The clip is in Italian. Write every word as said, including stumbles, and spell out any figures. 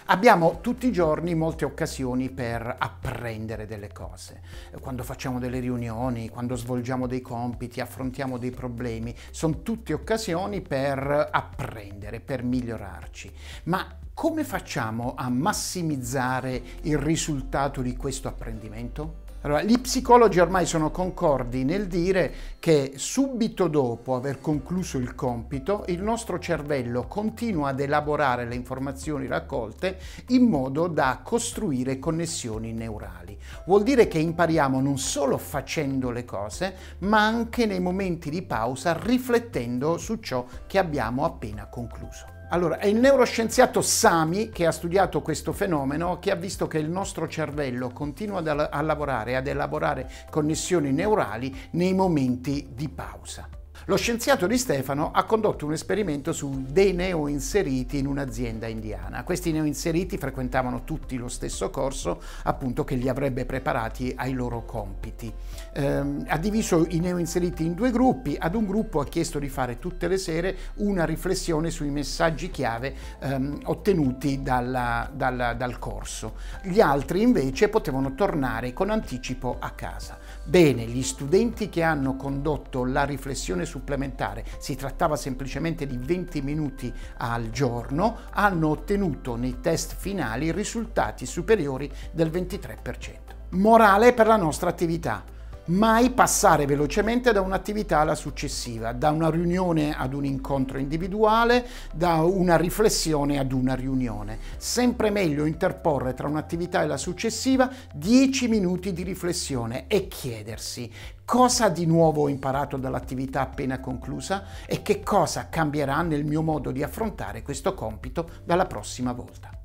Abbiamo tutti i giorni molte occasioni per apprendere delle cose. Quando facciamo delle riunioni, quando svolgiamo dei compiti, affrontiamo dei problemi, sono tutte occasioni per apprendere, per migliorarci. Ma come facciamo a massimizzare il risultato di questo apprendimento? Allora, gli psicologi ormai sono concordi nel dire che subito dopo aver concluso il compito, il nostro cervello continua ad elaborare le informazioni raccolte in modo da costruire connessioni neurali. Vuol dire che impariamo non solo facendo le cose, ma anche nei momenti di pausa riflettendo su ciò che abbiamo appena concluso. Allora, è il neuroscienziato Samy, che ha studiato questo fenomeno, che ha visto che il nostro cervello continua a lavorare, ad elaborare connessioni neurali nei momenti di pausa. Lo scienziato Di Stefano ha condotto un esperimento su dei neoinseriti in un'azienda indiana. Questi neoinseriti frequentavano tutti lo stesso corso, appunto, che li avrebbe preparati ai loro compiti. Ehm, ha diviso i neoinseriti in due gruppi. Ad un gruppo ha chiesto di fare tutte le sere una riflessione sui messaggi chiave ehm, ottenuti dalla, dalla, dal corso. Gli altri invece potevano tornare con anticipo a casa. Bene, gli studenti che hanno condotto la riflessione supplementare, si trattava semplicemente di venti minuti al giorno, hanno ottenuto nei test finali risultati superiori del ventitré per cento. Morale per la nostra attività: mai passare velocemente da un'attività alla successiva, da una riunione ad un incontro individuale, da una riflessione ad una riunione. Sempre meglio interporre tra un'attività e la successiva dieci minuti di riflessione e chiedersi: cosa di nuovo ho imparato dall'attività appena conclusa e che cosa cambierà nel mio modo di affrontare questo compito dalla prossima volta.